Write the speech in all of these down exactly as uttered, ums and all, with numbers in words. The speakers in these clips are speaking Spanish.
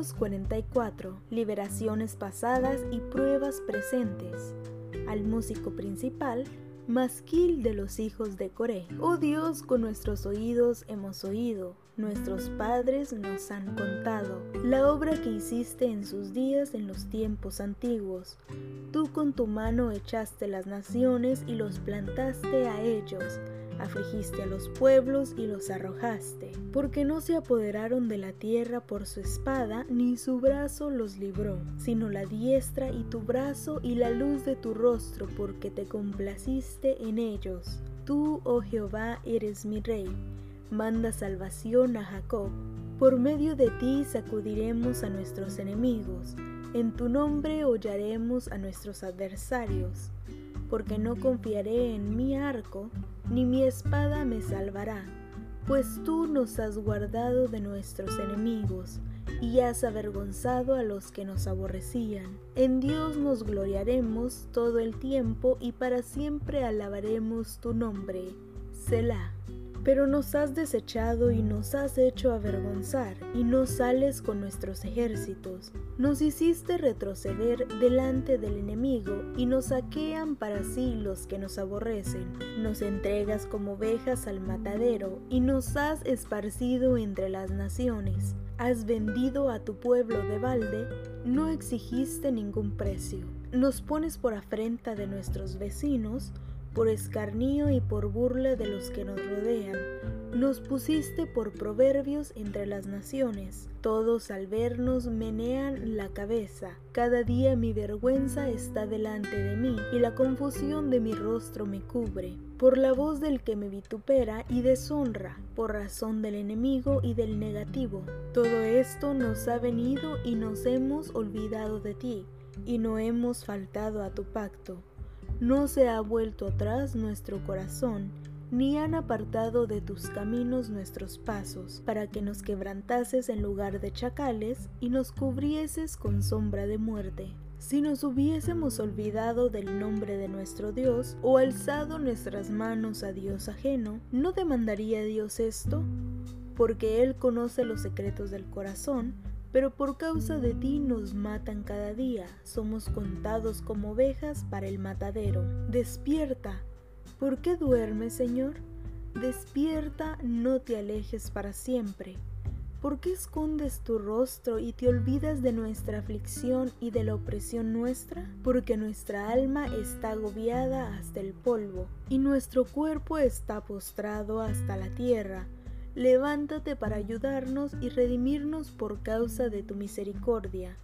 Salmos cuarenta y cuatro, liberaciones pasadas y pruebas presentes. Al músico principal, Masquil de los hijos de Coré. Oh Dios, con nuestros oídos hemos oído, nuestros padres nos han contado, la obra que hiciste en sus días en los tiempos antiguos. Tú con tu mano echaste las naciones y los plantaste a ellos. Afligiste a los pueblos y los arrojaste, porque no se apoderaron de la tierra por su espada, ni su brazo los libró, sino la diestra y tu brazo y la luz de tu rostro, porque te complaciste en ellos. Tú, oh Jehová, eres mi rey, manda salvación a Jacob. Por medio de ti sacudiremos a nuestros enemigos, en tu nombre hollaremos a nuestros adversarios. Porque no confiaré en mi arco, ni mi espada me salvará, pues tú nos has guardado de nuestros enemigos, y has avergonzado a los que nos aborrecían. En Dios nos gloriaremos todo el tiempo, y para siempre alabaremos tu nombre. Selah. Pero nos has desechado y nos has hecho avergonzar, y no sales con nuestros ejércitos. Nos hiciste retroceder delante del enemigo, y nos saquean para sí los que nos aborrecen. Nos entregas como ovejas al matadero, y nos has esparcido entre las naciones. Has vendido a tu pueblo de balde, no exigiste ningún precio. Nos pones por afrenta de nuestros vecinos, por escarnio y por burla de los que nos rodean. Nos pusiste por proverbios entre las naciones. Todos al vernos menean la cabeza. Cada día mi vergüenza está delante de mí, y la confusión de mi rostro me cubre. Por la voz del que me vitupera y deshonra, por razón del enemigo y del negativo. Todo esto nos ha venido y nos hemos olvidado de ti, y no hemos faltado a tu pacto. No se ha vuelto atrás nuestro corazón, ni han apartado de tus caminos nuestros pasos, para que nos quebrantases en lugar de chacales y nos cubrieses con sombra de muerte. Si nos hubiésemos olvidado del nombre de nuestro Dios, o alzado nuestras manos a Dios ajeno, ¿no demandaría Dios esto? Porque Él conoce los secretos del corazón, pero por causa de ti nos matan cada día, somos contados como ovejas para el matadero. Despierta. ¿Por qué duermes, Señor? Despierta, no te alejes para siempre. ¿Por qué escondes tu rostro y te olvidas de nuestra aflicción y de la opresión nuestra? Porque nuestra alma está agobiada hasta el polvo, y nuestro cuerpo está postrado hasta la tierra. Levántate para ayudarnos y redimirnos por causa de tu misericordia.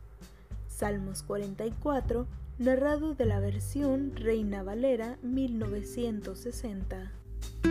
Salmos cuarenta y cuatro, narrado de la versión Reina Valera mil novecientos sesenta.